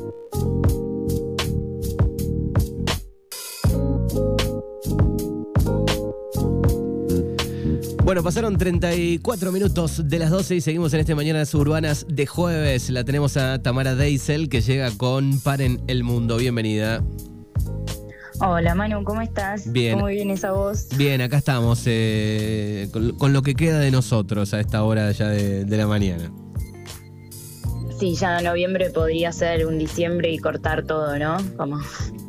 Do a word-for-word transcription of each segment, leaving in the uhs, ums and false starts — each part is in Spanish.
Bueno, pasaron treinta y cuatro minutos de las doce y seguimos en este Mañanas Urbanas de jueves. La tenemos a Tamara Deisel, que llega con Paren el Mundo. Bienvenida. Hola Manu, ¿cómo estás? Bien. ¿Cómo viene esa voz? Bien, acá estamos eh, con, con lo que queda de nosotros a esta hora ya de, de la mañana. Sí, ya noviembre podría ser un diciembre y cortar todo, ¿no? Como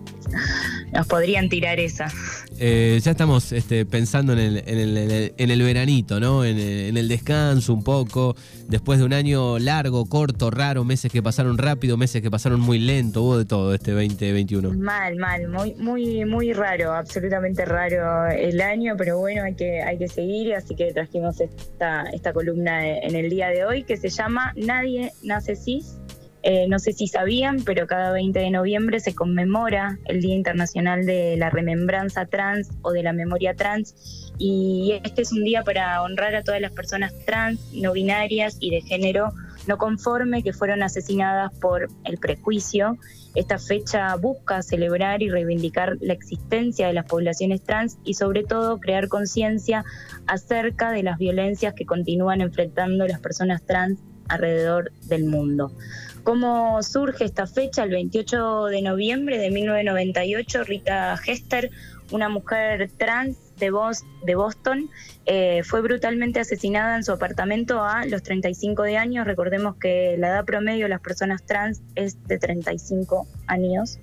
nos podrían tirar esa. Eh, ya estamos este, pensando en el, en, el, en, el, en el veranito, ¿no? En el, en el descanso un poco, después de un año largo, corto, raro, meses que pasaron rápido, meses que pasaron muy lento, hubo de todo este veinte veintiuno. Mal, mal, muy, muy, muy raro, absolutamente raro el año, pero bueno, hay que, hay que seguir, así que trajimos esta, esta columna en el día de hoy que se llama Nadie nace cis. Eh, no sé si sabían, pero cada veinte de noviembre se conmemora el Día Internacional de la Remembranza Trans o de la Memoria Trans, y este es un día para honrar a todas las personas trans, no binarias y de género no conforme que fueron asesinadas por el prejuicio. Esta fecha busca celebrar y reivindicar la existencia de las poblaciones trans y sobre todo crear conciencia acerca de las violencias que continúan enfrentando las personas trans alrededor del mundo. ¿Cómo surge esta fecha? El veintiocho de noviembre de mil novecientos noventa y ocho, Rita Hester, una mujer trans de, Bos- de Boston, eh, fue brutalmente asesinada en su apartamento a los treinta y cinco de años. Recordemos que la edad promedio de las personas trans es de treinta y cinco años.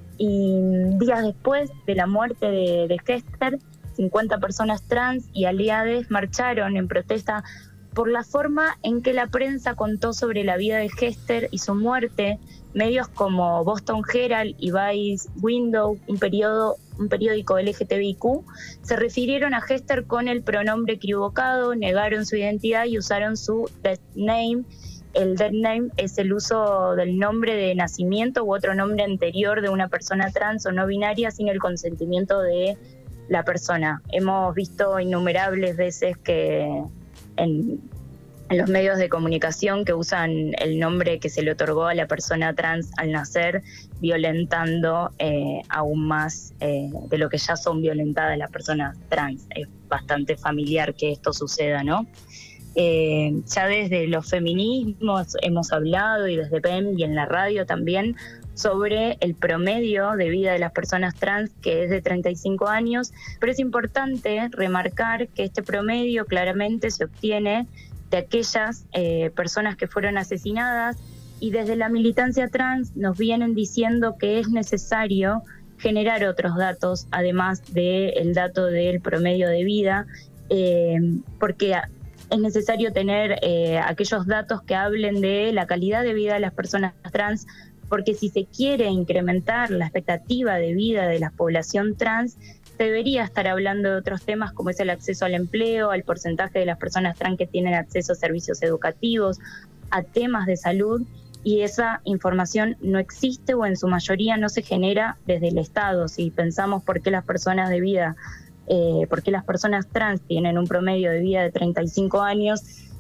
Y días después de la muerte de, de Hester, cincuenta personas trans y aliades marcharon en protesta por la forma en que la prensa contó sobre la vida de Hester y su muerte. Medios como Boston Herald y Vice Window, un, periodo, un periódico L G T B I Q, se refirieron a Hester con el pronombre equivocado, negaron su identidad y usaron su dead name. El dead name es el uso del nombre de nacimiento u otro nombre anterior de una persona trans o no binaria sin el consentimiento de la persona. Hemos visto innumerables veces que En, en los medios de comunicación que usan el nombre que se le otorgó a la persona trans al nacer, violentando eh, aún más eh, de lo que ya son violentadas las personas trans. Es bastante familiar que esto suceda, ¿no? Eh, ya desde los feminismos hemos hablado, y desde P E M y en la radio también, sobre el promedio de vida de las personas trans, que es de treinta y cinco años, pero es importante remarcar que este promedio claramente se obtiene de aquellas eh, personas que fueron asesinadas, y desde la militancia trans nos vienen diciendo que es necesario generar otros datos, además del dato del promedio de vida, eh, porque es necesario tener eh, aquellos datos que hablen de la calidad de vida de las personas trans, porque si se quiere incrementar la expectativa de vida de la población trans, se debería estar hablando de otros temas como es el acceso al empleo, al porcentaje de las personas trans que tienen acceso a servicios educativos, a temas de salud, y esa información no existe o en su mayoría no se genera desde el Estado. Si pensamos por qué las personas de vida, eh, por qué las personas trans tienen un promedio de vida de treinta y cinco años,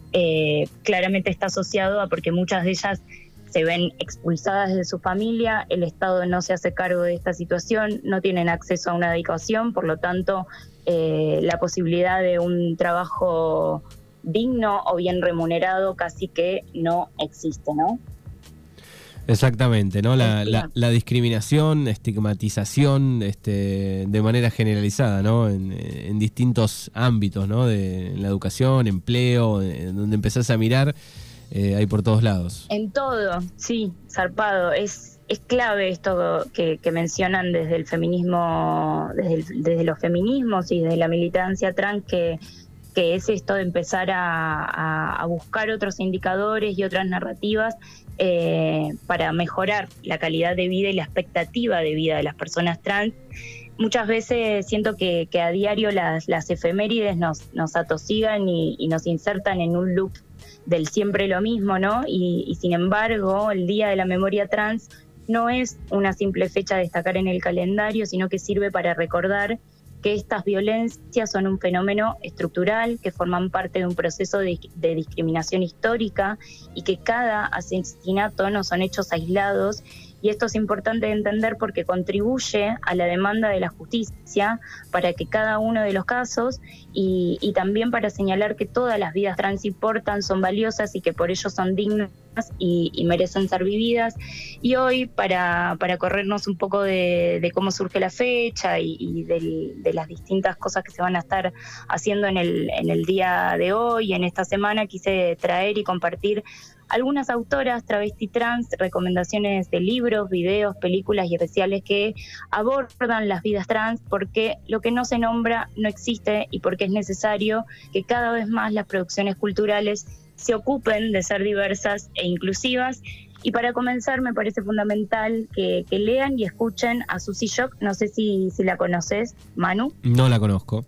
eh, claramente está asociado a porque muchas de ellas se ven expulsadas de su familia, el Estado no se hace cargo de esta situación, no tienen acceso a una educación, por lo tanto eh, la posibilidad de un trabajo digno o bien remunerado casi que no existe, ¿no? Exactamente, ¿no? La, la, la discriminación, estigmatización, este, de manera generalizada, ¿no? En, en distintos ámbitos, ¿no? De en la educación, empleo, en donde empezás a mirar. Eh, hay por todos lados. En todo, sí, zarpado. Es, es clave esto que, que mencionan desde el feminismo, desde, el, desde los feminismos y desde la militancia trans, que, que es esto de empezar a, a, a buscar otros indicadores y otras narrativas eh, para mejorar la calidad de vida y la expectativa de vida de las personas trans. Muchas veces siento que, que a diario las, las efemérides nos, nos atosigan y, y nos insertan en un loop del siempre lo mismo, ¿no? Y, y sin embargo, el Día de la Memoria Trans no es una simple fecha a destacar en el calendario, sino que sirve para recordar que estas violencias son un fenómeno estructural, que forman parte de un proceso de, de discriminación histórica y que cada asesinato no son hechos aislados. Y esto es importante de entender porque contribuye a la demanda de la justicia para que cada uno de los casos y, y también para señalar que todas las vidas trans importan, son valiosas y que por ello son dignas y, y merecen ser vividas. Y hoy, para, para corrernos un poco de, de cómo surge la fecha y, y del, de las distintas cosas que se van a estar haciendo en el, en el día de hoy, en esta semana, quise traer y compartir algunas autoras travesti trans, recomendaciones de libros, videos, películas y especiales que abordan las vidas trans, porque lo que no se nombra no existe y porque es necesario que cada vez más las producciones culturales se ocupen de ser diversas e inclusivas. Y para comenzar me parece fundamental que, que lean y escuchen a Susy Shock. No sé si, si la conoces, Manu. No la conozco.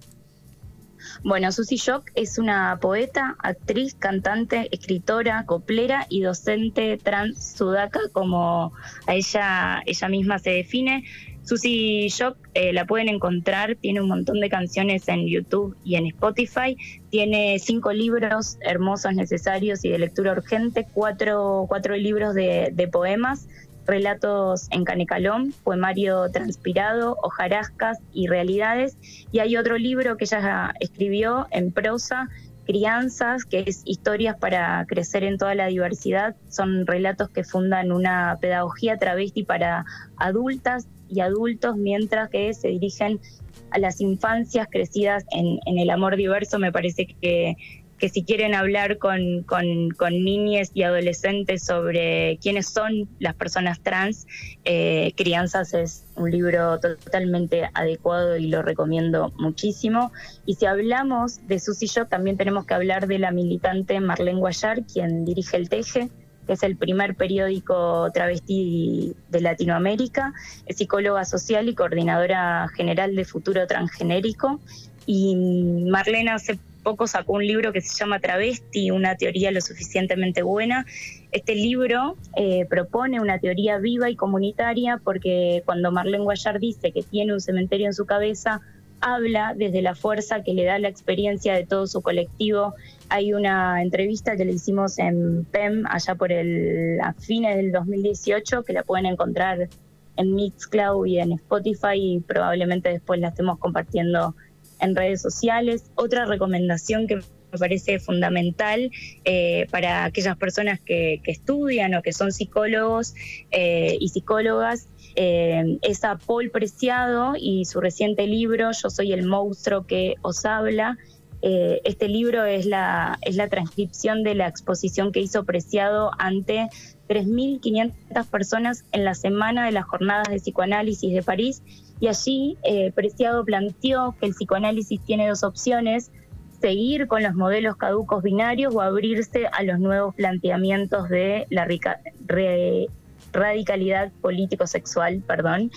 Bueno, Susy Shock es una poeta, actriz, cantante, escritora, coplera y docente trans sudaca, como a ella, ella misma se define. Susy Shock eh, la pueden encontrar, tiene un montón de canciones en YouTube y en Spotify, tiene cinco libros hermosos, necesarios y de lectura urgente, cuatro, cuatro libros de, de poemas, relatos en canecalón, poemario transpirado, hojarascas y realidades, y hay otro libro que ella escribió en prosa, Crianzas, que es historias para crecer en toda la diversidad. Son relatos que fundan una pedagogía travesti para adultas y adultos, mientras que se dirigen a las infancias crecidas en, en el amor diverso. Me parece que que si quieren hablar con, con, con niñas y adolescentes sobre quiénes son las personas trans, eh, Crianzas es un libro totalmente adecuado y lo recomiendo muchísimo. Y si hablamos de Susy Shock, también tenemos que hablar de la militante Marlene Guayar, quien dirige El Teje, que es el primer periódico travesti de Latinoamérica, es psicóloga social y coordinadora general de Futuro Transgenérico. Y Marlene hace poco sacó un libro que se llama Travesti, una teoría lo suficientemente buena. Este libro eh, propone una teoría viva y comunitaria, porque cuando Marlene Guayar dice que tiene un cementerio en su cabeza, habla desde la fuerza que le da la experiencia de todo su colectivo. Hay una entrevista que le hicimos en P E M allá por el, a fines del dos mil dieciocho, que la pueden encontrar en Mixcloud y en Spotify, y probablemente después la estemos compartiendo en redes sociales. Otra recomendación que me parece fundamental eh, para aquellas personas que, que estudian o que son psicólogos eh, y psicólogas eh, es a Paul Preciado y su reciente libro Yo soy el monstruo que os habla. Eh, este libro es la, es la transcripción de la exposición que hizo Preciado ante tres mil quinientas personas en la semana de las jornadas de psicoanálisis de París. Y allí eh, Preciado planteó que el psicoanálisis tiene dos opciones: seguir con los modelos caducos binarios o abrirse a los nuevos planteamientos de la rica, re, radicalidad político-sexual, perdón.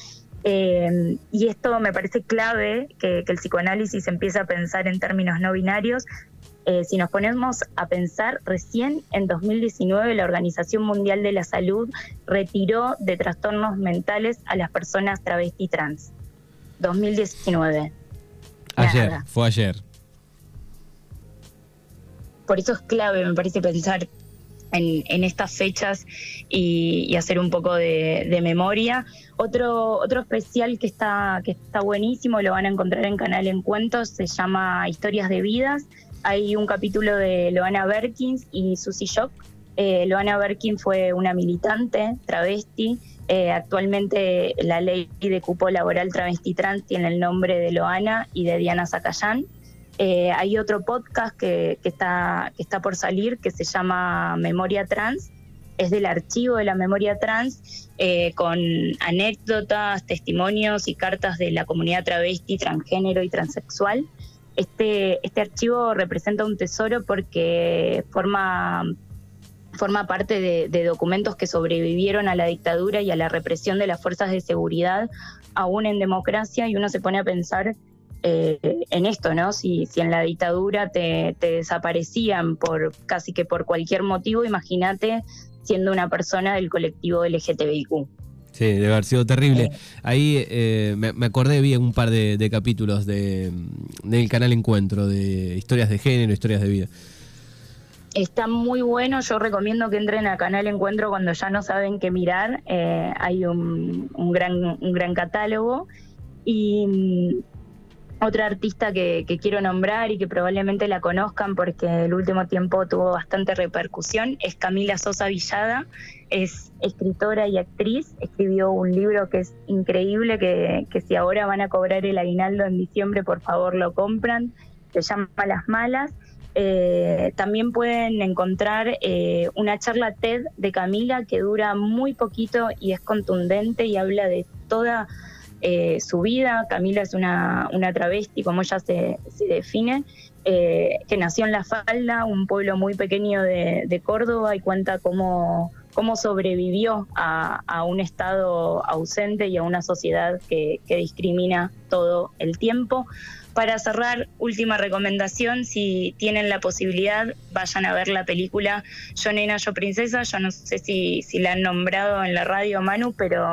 Eh, y esto me parece clave, que, que el psicoanálisis empiece a pensar en términos no binarios. Eh, si nos ponemos a pensar, recién en dos mil diecinueve la Organización Mundial de la Salud retiró de trastornos mentales a las personas travesti trans. dos mil diecinueve. Ayer, Nada. fue ayer. Por eso es clave, me parece, pensar en, en estas fechas y, y hacer un poco de, de memoria. Otro, otro especial que está, que está buenísimo, lo van a encontrar en Canal Encuentros, se llama Historias de Vidas. Hay un capítulo de Loana Berkins y Susy Shock. Eh, Loana Berkins fue una militante travesti. Eh, actualmente la ley de cupo laboral travesti trans tiene el nombre de Loana y de Diana Zacayán. Eh, hay otro podcast que, que, está, que está por salir, que se llama Memoria Trans. Es del archivo de la memoria trans, eh, con anécdotas, testimonios y cartas de la comunidad travesti, transgénero y transexual. Este, este archivo representa un tesoro porque forma, forma parte de, de documentos que sobrevivieron a la dictadura y a la represión de las fuerzas de seguridad, aún en democracia, y uno se pone a pensar eh, en esto, ¿no? Si, si en la dictadura te, te desaparecían por casi que por cualquier motivo, imagínate siendo una persona del colectivo L G T B I Q. Sí, debe haber sido terrible. Eh. Ahí eh, me, me acordé, vi un par de, de capítulos de, del canal Encuentro, de historias de género, historias de vida. Está muy bueno, yo recomiendo que entren a Canal Encuentro cuando ya no saben qué mirar. Eh, hay un, un, gran, un gran catálogo. Y otra artista que, que quiero nombrar y que probablemente la conozcan porque el último tiempo tuvo bastante repercusión es Camila Sosa Villada. Es escritora y actriz, escribió un libro que es increíble, que, que si ahora van a cobrar el aguinaldo en diciembre, por favor lo compran, se llama Las Malas. Eh, también pueden encontrar eh, una charla TED de Camila que dura muy poquito y es contundente y habla de toda eh, su vida. Camila es una, una travesti, como ella se, se define, eh, que nació en La Falda, un pueblo muy pequeño de, de Córdoba, y cuenta cómo, cómo sobrevivió a, a un estado ausente y a una sociedad que, que discrimina todo el tiempo. Para cerrar, última recomendación, si tienen la posibilidad, vayan a ver la película Yo Nena, Yo Princesa. Yo no sé si, si la han nombrado en la radio, Manu, pero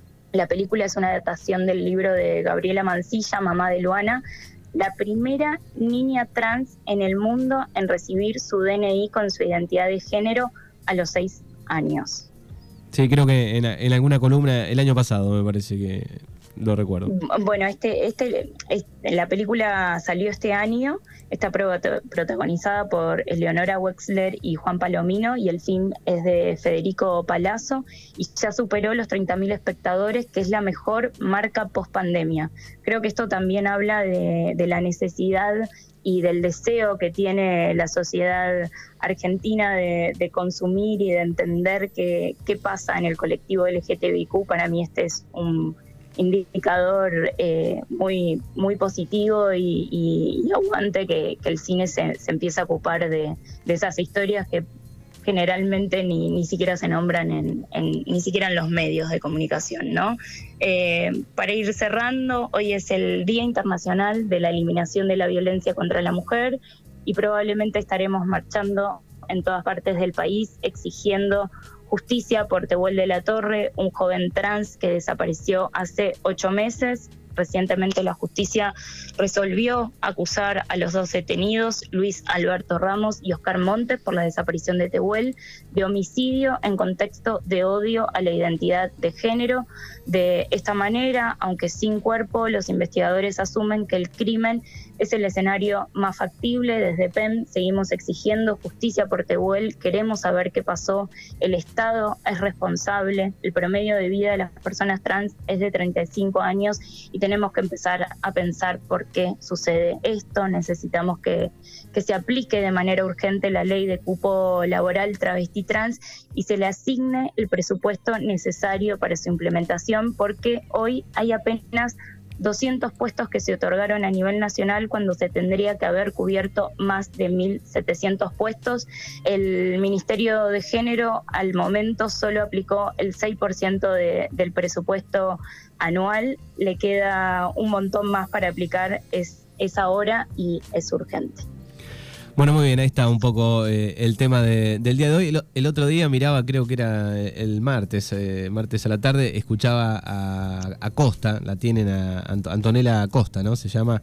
la película es una adaptación del libro de Gabriela Mancilla, mamá de Luana, la primera niña trans en el mundo en recibir su D N I con su identidad de género a los seis años. Sí, creo que en, en alguna columna el año pasado me parece que lo recuerdo. Bueno, este, este, este, la película salió este año, está protagonizada por Eleonora Wexler y Juan Palomino, y el film es de Federico Palazzo, y ya superó los treinta mil espectadores, que es la mejor marca post-pandemia. Creo que esto también habla de, de la necesidad y del deseo que tiene la sociedad argentina de, de consumir y de entender qué, qué pasa en el colectivo L G T B I Q. Para mí este es un indicador eh, muy muy positivo y, y, y aguante que, que el cine se, se empiece a ocupar de, de esas historias que generalmente ni, ni siquiera se nombran en, en ni siquiera en los medios de comunicación, ¿no? Eh, para ir cerrando, hoy es el Día Internacional de la Eliminación de la Violencia contra la Mujer y probablemente estaremos marchando en todas partes del país exigiendo justicia por Tehuel de la Torre, un joven trans que desapareció hace ocho meses. Recientemente la justicia resolvió acusar a los dos detenidos, Luis Alberto Ramos y Oscar Montes, por la desaparición de Tehuel, de homicidio en contexto de odio a la identidad de género. De esta manera, aunque sin cuerpo, los investigadores asumen que el crimen es el escenario más factible. Desde P E M seguimos exigiendo justicia por Tehuel, queremos saber qué pasó, el Estado es responsable, el promedio de vida de las personas trans es de treinta y cinco años y tenemos que empezar a pensar por qué sucede esto. Necesitamos que, que se aplique de manera urgente la ley de cupo laboral travesti trans y se le asigne el presupuesto necesario para su implementación, porque hoy hay apenas doscientos puestos que se otorgaron a nivel nacional cuando se tendría que haber cubierto más de mil setecientos puestos. El Ministerio de Género al momento solo aplicó el seis por ciento de, del presupuesto anual, le queda un montón más para aplicar, es, es ahora y es urgente. Bueno, muy bien, ahí está un poco eh, el tema de, del día de hoy. El, el otro día miraba, creo que era el martes, eh, martes a la tarde, escuchaba a, a Costa, la tienen a Ant- Antonella Costa, ¿no? Se llama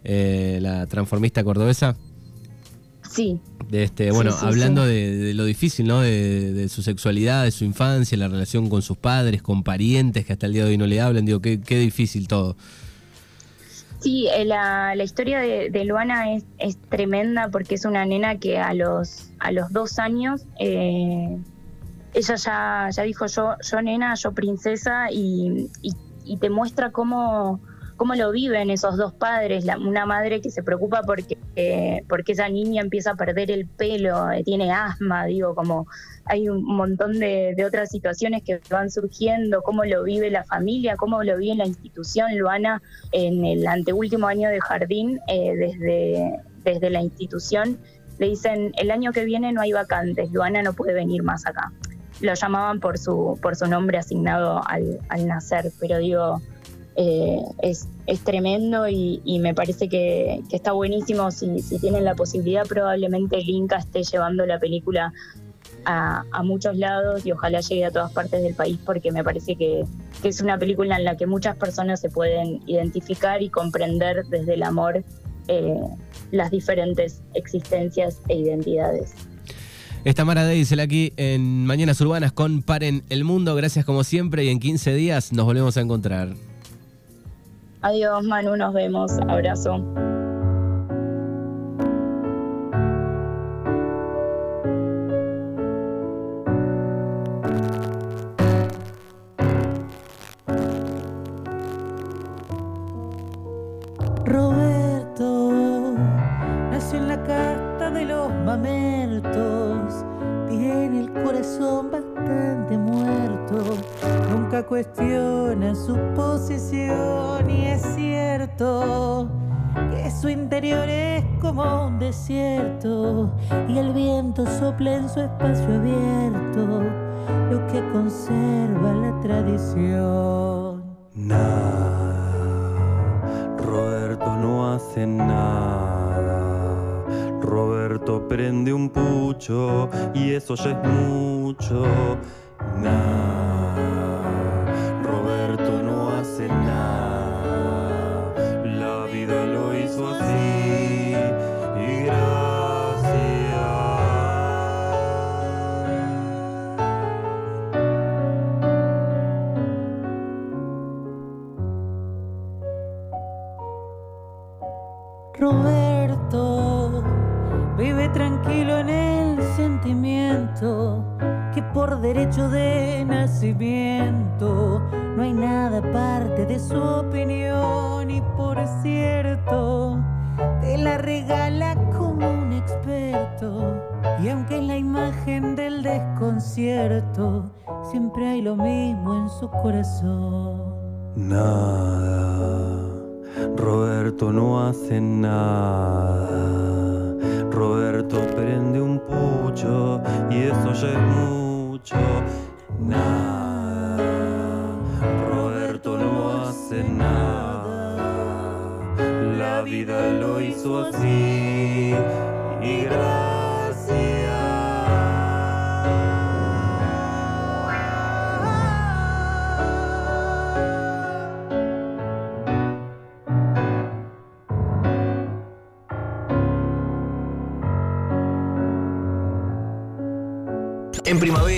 eh, la transformista cordobesa. Sí. De este, bueno, sí, sí, hablando sí. De, de lo difícil, ¿no? De, de su sexualidad, de su infancia, la relación con sus padres, con parientes que hasta el día de hoy no le hablan. Digo, qué, qué difícil todo. Sí, la, la historia de, de Luana es, es tremenda porque es una nena que a los a los dos años eh, ella ya, ya dijo yo yo nena, yo princesa y, y, y te muestra cómo, cómo lo viven esos dos padres, la, una madre que se preocupa porque, eh, porque esa niña empieza a perder el pelo, eh, tiene asma, digo, como hay un montón de, de otras situaciones que van surgiendo, cómo lo vive la familia, cómo lo vive la institución. Luana en el anteúltimo año de jardín, eh, desde, desde la institución, le dicen, el año que viene no hay vacantes, Luana no puede venir más acá. Lo llamaban por su, por su nombre asignado al, al nacer, pero digo, eh, es, es tremendo y, y me parece que, que está buenísimo. Si, si tienen la posibilidad, probablemente el Inca esté llevando la película a, a muchos lados y ojalá llegue a todas partes del país, porque me parece que, que es una película en la que muchas personas se pueden identificar y comprender desde el amor eh, las diferentes existencias e identidades. Está Mara Deisel aquí en Mañanas Urbanas con Paren el Mundo. Gracias como siempre y en quince días nos volvemos a encontrar. Adiós, Manu, nos vemos. Abrazo. Roberto nació en la casta de los mamertos, tiene el corazón bastante muerto, nunca cuestiona su posición y es cierto que su interior es como un desierto y el viento sopla en su espacio abierto, lo que conserva la tradición. Nada, Roberto no hace nada. Roberto prende un pucho y eso ya es mucho. Nada, Roberto no hace nada. La vida lo hizo así y gracias. Roberto vive tranquilo en el sentimiento que por derecho de nacimiento no hay nada aparte de su opinión y por cierto te la regala como un experto y aunque es la imagen del desconcierto siempre hay lo mismo en su corazón. Nada, Roberto no hace nada. Roberto prende un pucho y eso ya es mucho. Nada, Roberto no hace nada. La vida lo hizo así y gracias. En primavera.